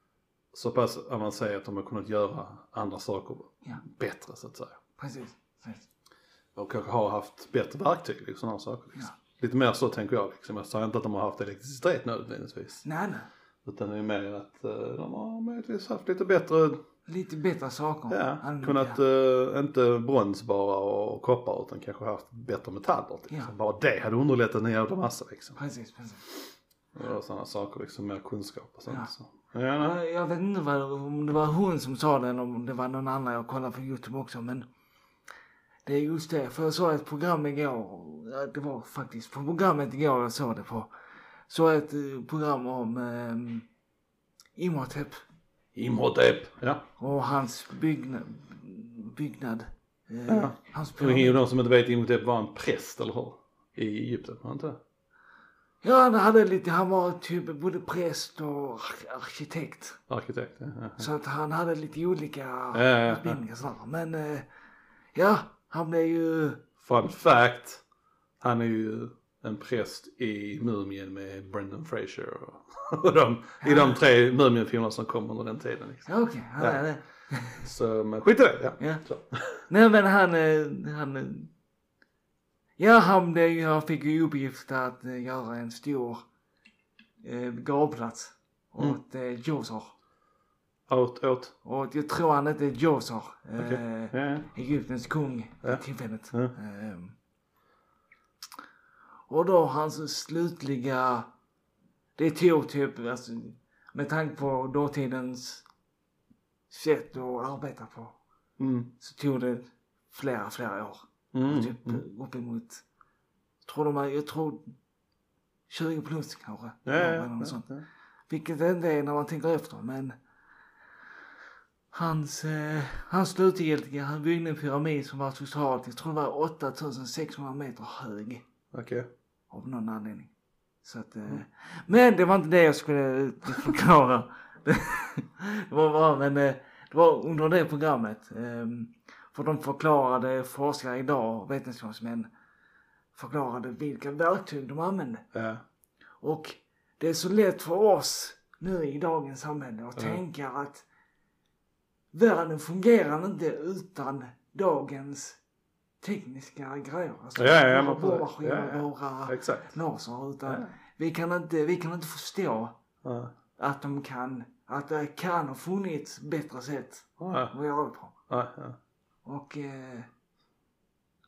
så pass avancerat att de har kunnat göra andra saker Ja. bättre, så att säga. Precis. precis. Och kanske har haft bättre verktyg, liksom, sådana saker. Liksom. Lite mer så tänker jag, liksom. Jag säger inte att de har haft elektricitet nödvändigtvis. Nej, nej. Utan det är mer att uh, de har möjligtvis haft lite bättre, Lite bättre saker. ja, Använd- kunnat uh, inte bronsbara och koppar utan kanske haft bättre metaller. Liksom. Ja. Bara det hade underlättat en jävla massa liksom. Precis, precis. Och sådana saker liksom, mer kunskap och sånt. Ja. Så. Ja, nej. Jag, jag vet inte vad, om det var hon som sa det eller om det var någon annan. Jag kollade på YouTube också, men det är just det. För jag såg ett program igår. Ja, det var faktiskt på programmet igår jag såg det på. Så ett eh, program om um, Imhotep Imhotep. Ja. och hans byggnad. byggnad eh, Ja. Hans För ingen av de som inte vet, Imhotep var en präst, eller hur? I Egypten, var han inte det? Ja, han hade lite, han var typ både präst och ark- arkitekt. Arkitekt, ja. ja. Så att han hade lite olika ja, ja. utbildningar sådär. Men eh, ja, han blev ju, Fun fact, han är ju en präst i Mumien med Brendan Fraser och, och de, i de tre Mumien-filmerna som kom under den tiden. Liksom. ja okej, han Ja. är det. Så men skit i det, ja. Ja. Så. Nej men han, eh, han, eh, ja han blev ju, han fick ju uppgift att eh, göra en stor eh, gravplats Mm. åt eh, Djoser. Åt, åt. Och jag tror han hette Djoser, eh, Okej. Ja, ja. Egyptens kung Ja. i tillfället. Ja. Ehm. Och då hans slutliga, det tog typ, alltså, med tanke på dåtidens sätt att arbeta på, Mm. så tog det flera, flera år. Mm. Typ Mm. uppemot, tror de, jag tror tjugo plus kanske. Ja, ja, eller ja, något sånt. ja. Vilket det inte är när man tänker efter, men hans, eh, hans slutgiltiga, han byggde en pyramid som var totalt, jag tror det var åttatusen sexhundra meter hög. Okej. Av någon anledning. Så att, eh, men det var inte det jag skulle förklara. det var bara, men eh, det var under det programmet. Eh, för de förklarade, forskare idag, vetenskapsmän, förklarade vilka verktyg de använde. Ja. Och det är så lätt för oss nu i dagens samhälle att Mm. tänka att världen fungerar inte utan dagens tekniska grejer. Alltså Ja, ja, ja, våra men precis. borrmaskiner, Ja, ja. våra Exakt. laser. Utan Ja. vi, kan inte, vi kan inte förstå Ja. att de kan, att det kan ha funnits bättre sätt Ja. att göra det på. Ja. Ja. Och eh,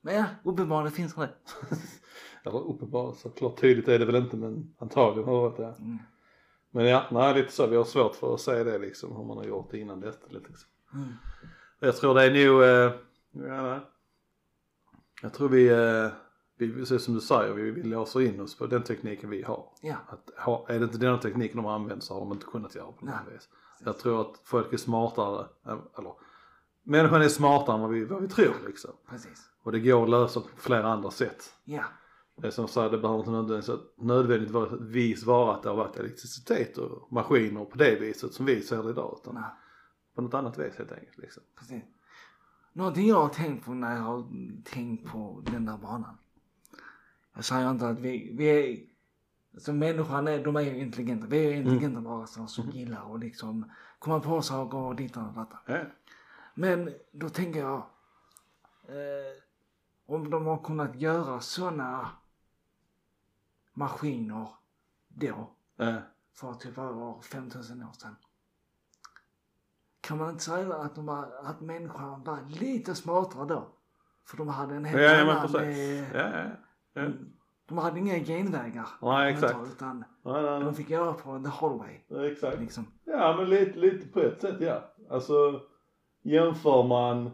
Men ja, uppenbarligen finns det. Eller uppenbarligen, så klart tydligt är det väl inte, men antagligen har det varit det. Mm. Men ja, nej, lite så. Vi har svårt för att säga det liksom, hur man har gjort det innan detta. Liksom. Mm. Jag tror det är nog, eh, ja, nej. Jag tror vi, eh, vi vill se som du säger, vi vill låsa in oss på den tekniken vi har. Ja. Att, ha, är det inte den tekniken de har använt så har de inte kunnat göra på något vis. Jag tror att folk är smartare, eller människan är smartare än vad vi, vad vi tror liksom. Precis. Och det går att lösa på flera andra sätt. Ja. Det är som jag sa, det behöver inte nödvändigtvis, nödvändigtvis vara att det har varit elektricitet och maskiner på det viset som vi ser det idag. Utan Nej. på något annat vis helt enkelt liksom. Precis. Någonting jag har tänkt på när jag har tänkt på den där banan. Jag säger inte att vi, vi är, alltså människan är, de är ju intelligenta. Vi är ju intelligenta mm. varelser som mm. gillar och liksom komma på saker och dit och detta. Ja. Men då tänker jag, eh, om de har kunnat göra sådana maskiner då, ja. för typ över femtusen år sedan. Kan man inte säga att, de var, att människan var lite smartare då? För de hade en helt ja, annan... Ja, ja, ja, ja. De hade inga genvägar. Nej, exakt. Utan nej, nej, nej. de fick göra på the whole way. Ja, exakt. Liksom. Ja, men lite, lite på ett sätt, ja. Alltså, jämför man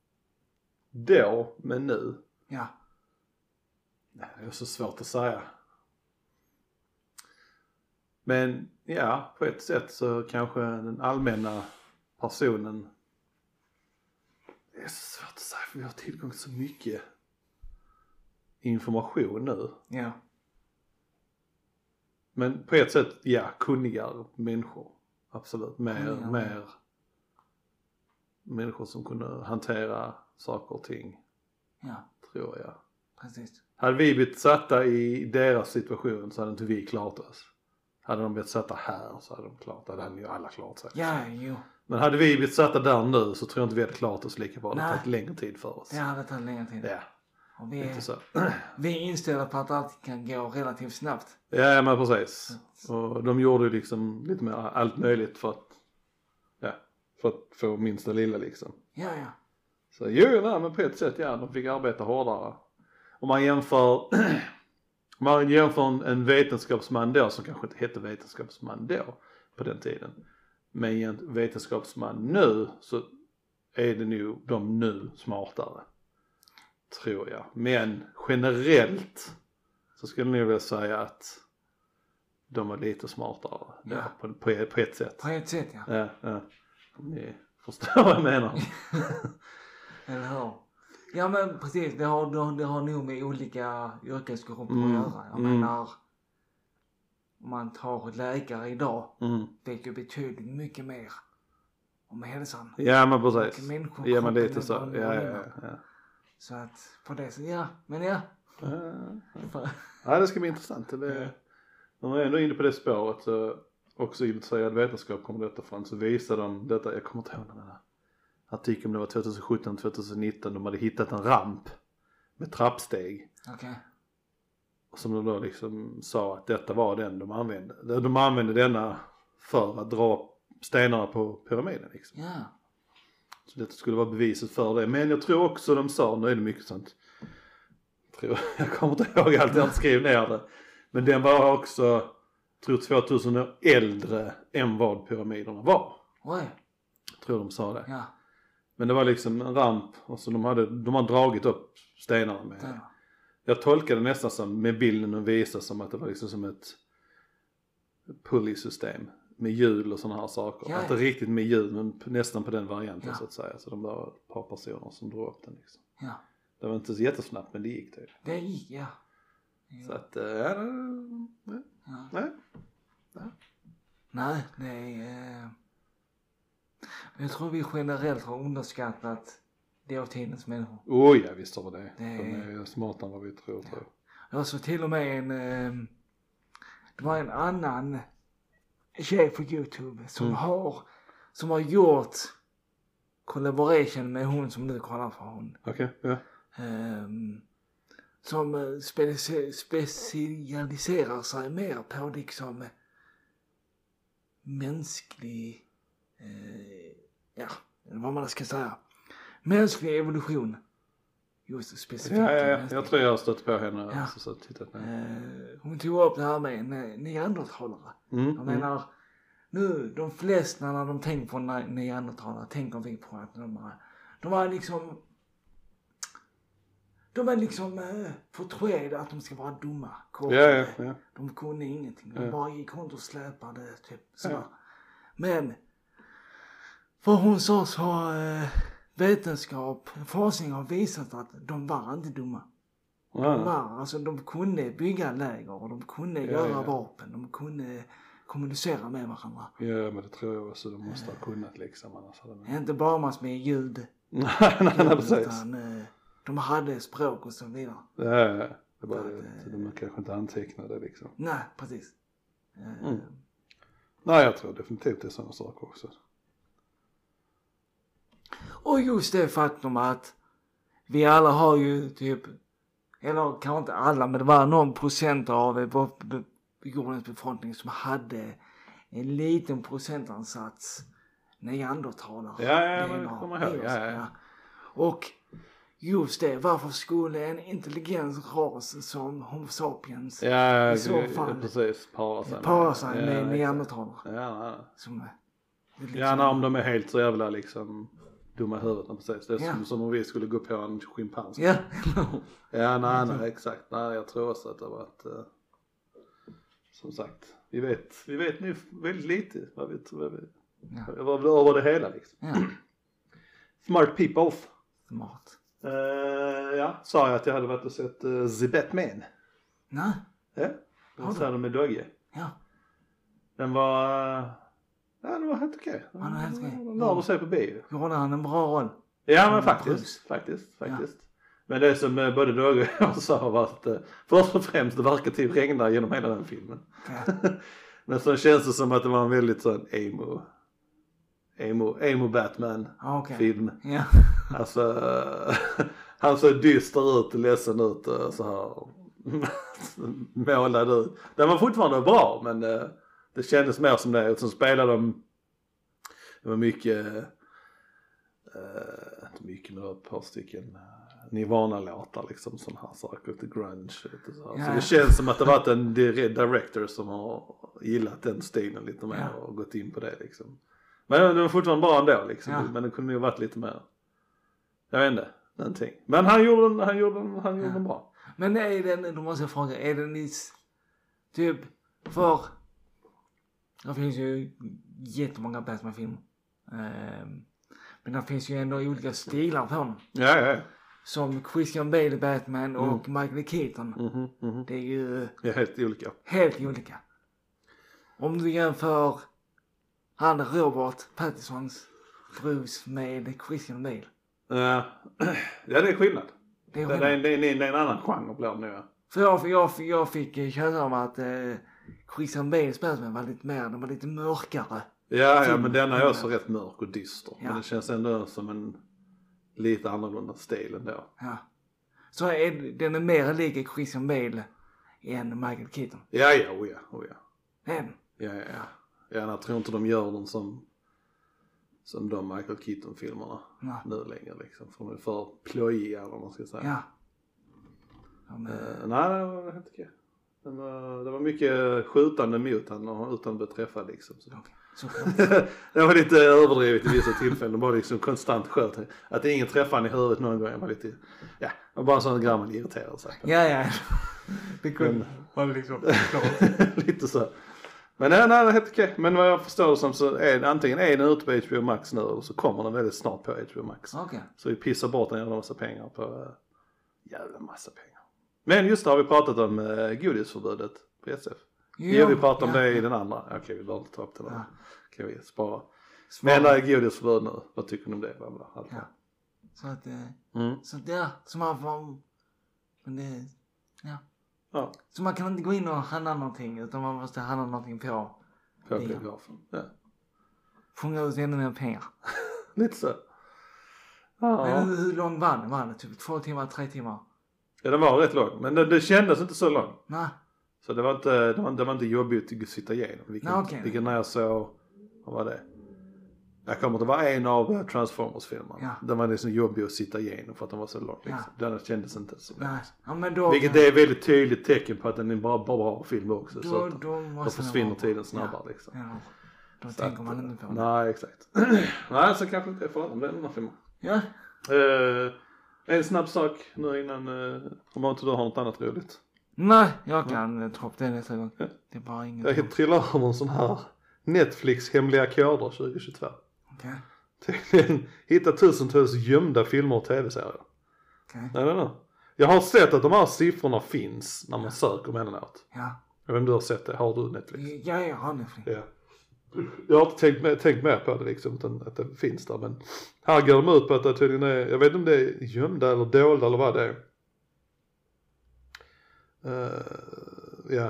då med nu. Ja. Det är så svårt att säga. Men ja, på ett sätt så kanske den allmänna personen, det är så svårt att säga för vi har tillgång till så mycket information nu. Ja. Men på ett sätt, ja, kunnigare människor. Absolut. Mer, ja, ja. mer människor som kunde hantera saker och ting. Ja. Tror jag. Precis. Hade vi blivit satta i deras situation så hade inte vi klarat oss. Hade de blivit satta här så hade de klarat det. Det hade ju alla klarat sig. Ja, jo. Men hade vi blivit satta där nu så tror jag inte vi hade klarat oss lika bra. Det hade tagit längre tid för oss. Det hade tagit längre tid. Ja. Och vi, är, så. vi är inställda på att allt kan gå relativt snabbt. Ja, men precis. Och de gjorde ju liksom lite mer allt möjligt för att, ja, för att få minsta lilla liksom. Ja, ja. Så jo, nej, men på ett sätt, ja, de fick arbeta hårdare. Om man jämför, om man jämför en, en vetenskapsman då, som kanske inte hette vetenskapsman då på den tiden, med en vetenskapsman nu, så är det nog de nu smartare. Tror jag. Men generellt så skulle jag nog vilja säga att de var lite smartare. Ja. Där, på, på, på ett sätt. På ett sätt, ja. Ja, ja. Ni förstår vad jag menar. Eller hur? Ja, men precis. Det har, det har nog med olika yrkesgrupper mm. att göra. Jag mm. menar, om man tar läkare idag, mm. vet ju betydligt mycket mer om hälsan. Ja, men precis. Ja, men lite så. Ja, ja, ja. Så att på det så, ja, men ja. Ja, ja. Ja, det ska bli intressant. Det, när man är ändå inne på det spåret så också i säga vetenskap kommer detta fram så visar de detta, jag kommer inte ihåg den här artikeln, det var tjugosjutton tjugonitton, de hade hittat en ramp med trappsteg. Okej. Okay. Som de då liksom sa att detta var den de använde. De använde denna för att dra stenarna på pyramiden liksom. Ja. Så det skulle vara beviset för det. Men jag tror också de sa, nu är det mycket sånt. Jag, tror, jag kommer inte ihåg allt, jag inte skrev ner det. Men den var också, tror tvåtusen år äldre än vad pyramiderna var. Oj. Jag tror de sa det. Ja. Men det var liksom en ramp. Och så de hade, de hade dragit upp stenarna med. Ja. Jag tolkade nästan som, med bilden och visade som att det var liksom som ett pulley-system. Med hjul och sådana här saker. Ja. Inte riktigt med hjul men nästan på den varianten ja. Så att säga. Så de var ett par personer som drog upp den liksom. Ja. Det var inte så jättesnabbt men det gick det. Det gick, ja. ja. Så att, ja, nej. Ja. Nej. Nej. Nej, det är... Eh... Jag tror vi generellt har underskattat dåtidens människor. Oh ja, visst har vi det. det. De är smartare än vad vi tror. Ja. tror. Jag har så till och med en... Eh... Det var en annan tjej på YouTube som mm. har som har gjort collaboration med hon som nu kollar för hon. Okej, okay, ja. Um, som speci- specialiserar sig mer på liksom mänsklig uh, ja, vad man ska säga. Mänsklig evolution. just specifikt. Ja, ja, ja. Jag tror jag har stött på henne. Ja. Så, så tittat eh, hon tog upp det här med neandertalare. mm, Jag menar, mm. nu de flesta när de tänker på neandertalare tänker vi på att de är, de är liksom de är liksom eh, förträdda att de ska vara dumma. Ja, ja, ja. De kunde ingenting. De ja. bara gick runt och släpade typ så. Ja. Men för hon sa så eh, vetenskap, forskning har visat att de var inte dumma. Ja. De var, alltså de kunde bygga läger och de kunde Ja, göra ja. vapen. De kunde kommunicera med varandra. Ja, men det tror jag också. De måste ha kunnat liksom. Annars hade de... Inte bara massor med ljud. nej, nej, nej, precis. Utan, eh, de hade språk och så vidare. Ja, ja, ja. Det är bara Att, det. eh, De kanske inte antecknade liksom. Nej, precis. Eh, Mm. Nej, jag tror definitivt det är sådana saker också. Och just det faktum att vi alla har ju typ, eller kanske inte alla, men det var någon procent av jordens befolkning som hade en liten procentansats neandertalare. Ja, ja, D N A men kommer ihåg. i oss, Ja, ja. Och just det, varför skulle en intelligent ras som Homo sapiens Ja, i så g- fall precis. Para sig. para sig ja, med exakt. neandertalare? Ja, ja. Som är liksom, Ja, nej, om de är helt så jävla liksom dumma i huvudet. Precis. Det är Ja. som, som om vi skulle gå på en schimpans. Ja. Ja, nej, nej, exakt. Nej, jag tror också att det har varit, eh, som sagt, vi vet, vi vet nu väldigt lite vad vi, vad vi, Ja. vad, vad det hela liksom. Ja. Smart people. Smart. Uh, ja, sa jag att jag hade varit och sett uh, The Batman. Nej. Ja, Har den du? såg de med Dogge. Ja. Den var, uh, ja den var helt okej. Ja, den var helt okej. Den var att se på bio. Gjorde han en bra roll? Ja, men Mm, faktiskt, Bruce. faktiskt, faktiskt. Men det som uh, både Dogge och jag sa var att uh, först och främst det verkar typ regna genom hela den filmen. Ja. Men så känns det som att det var en väldigt sån emo, emo, emo Batman Ja, okej. film. Ja. Alltså, han såg dyster ut och ledsen ut och så här målad ut. Den var fortfarande bra, men uh, det kändes mer som det. Och så spelade de, det var mycket, uh, inte mycket men ett par stycken uh, Nirvana-låtar liksom, sån här saker, lite grunge lite så här. Ja. Så det känns som att det varit en director som har gillat den stilen lite mer Ja. och gått in på det liksom. Men det var fortfarande bra ändå liksom, Ja. men det kunde ju varit lite mer, jag vet inte, någonting. Men han gjorde den, han gjorde den, han gjorde Ja. den bra. Men är den, då måste jag fråga, är den i s- typ, för det finns ju jättemånga Batman-filmer. Ehm, men det finns ju ändå olika stilar på dem. Ja, ja, ja. Som Christian Bale Batman och Mm. Michael Keaton. Mhm, mhm. Det är ju Det är helt olika. helt olika. Om du jämför han Robert Pattinsons Bruce med Christian Bale. Ja, ja det är skillnad. Det är Det, det, är, skillnad. det, är, det är en annan genre blir det nu, ja. För jag, jag, jag fick känslan av att eh, Christian Bales Batman var lite mer, den var lite mörkare. Ja, ja, Film. men denna är också rätt mörk och dyster. Ja. Men det känns ändå som en lite annorlunda stil ändå. Ja. Så är, den är mer lik Christian Bale än Michael Keaton. Ja, ja, oh ja, oh ja. Det är den. Ja, ja, ja. Ja, jag tror inte de gör den som, som de Michael Keaton-filmerna Ja. nu längre liksom. För de är för plojiga eller vad man ska säga. Ja. Ja, men, Uh, nej, det var helt okej. Det var, det var mycket skjutande mot han utan att bli träffad liksom. Så. okej. Såklart. Det var lite överdrivet i vissa tillfällen. De bara liksom konstant sköt. Att ingen träffade han i huvudet någon gång. Jag var lite, ja, det var bara en sån grann man irriterade sig på. Ja, ja. Det kunde Men- vara liksom Lite så. Men nej, nej, det är helt okej. Men vad jag förstår det som så är det, antingen är den ute på H B O Max nu eller så kommer den väldigt snart på H B O Max. Okej. Så vi pissar bort en jävla massa pengar på, uh, jävla massa pengar. Men just det har vi pratat om uh, godisförbudet på S F. Jo, vi pratade om ja, det i ja. den andra. Okej, vi behöver inte ta upp det. Ja. Kan vi spara. Svara. Men det är godisförbud nu. Vad tycker ni om det? Bla, bla, allt. Ja. Så att, eh, Mm. så där, så man får, men det, ja. Ja, Så man kan inte gå in och handla någonting utan man måste handla någonting på, på Ja. biografen. Ja. fånga ut ännu mer pengar. Lite så. Ja. Men hur, hur lång var den? Var den typ två timmar, tre timmar? Ja, den var rätt lång. Men det, det kändes inte så lång. Nej. Så det var inte, det var, det var inte jobbigt att sitta igenom. Vilken, Nej, okej. vilken när jag såg, vad var det? Jag kommer att vara en av Transformers-filmerna. Ja. Den var liksom jobbig att sitta igenom för att den var så lång. Liksom. Ja. Den kändes inte så bra. Ja, men då, Vilket är ett väldigt tydligt tecken på att den är bara, bara bra film också. Då, så att då, då försvinner tiden snabbare. Ja. Liksom. Ja. Då Så tänker att, man inte på det. Nej, exakt. Nej, så kanske inte jag får använda den här filmen. Ja. Uh, en snabb sak nu innan, uh, om inte du har något annat roligt. Nej, jag kan mm. ta upp det nästa gång. Ja. Det är bara inget. Jag trillar över någon sån här Netflix hemliga koder tjugohundratjugotvå. Okej. Tydligen hitta tusentals gömda filmer och tv-serier. Okej. Nej, nej, nej. Jag har sett att de här siffrorna finns när man söker emellanåt. Ja. Jag vet inte om du har sett det. Har du Netflix? Ja, jag har Netflix. Ja. Jag har inte tänkt med, tänkt med på det liksom, utan att det finns där. Men här går de ut på att det tydligen är, jag vet inte om det är gömda eller dolda eller vad det är. Uh, ja.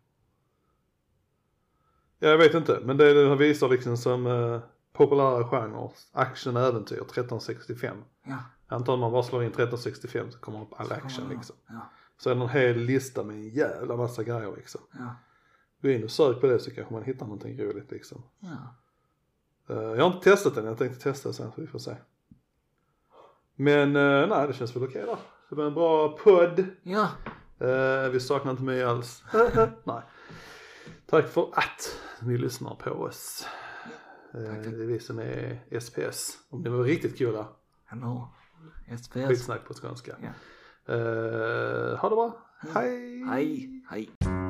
Jag vet inte, men det, det visar liksom som uh, populära genrer, action och äventyr, tretton sextiofem. Ja. Jag antar att man bara slår in tretton sextiofem så kommer det upp all action liksom. Ja. Så är det en hel lista med en jävla massa grejer liksom. Ja. Gå in och sök på det så kanske man hittar någonting roligt liksom. Ja. Uh, jag har inte testat den, jag tänkte testa sen så vi får se. Men uh, nej, det känns väl okej då. Det var en bra podd. Ja. Uh, vi saknar inte mig alls. Nej. Tack för att ni lyssnar på oss. Uh, det är vi som är S P S. Om det var riktigt kul då. Hallå. S P S. Skitsnack på skånska. Ja. Uh, ha det bra. Hej. Hej. Hej.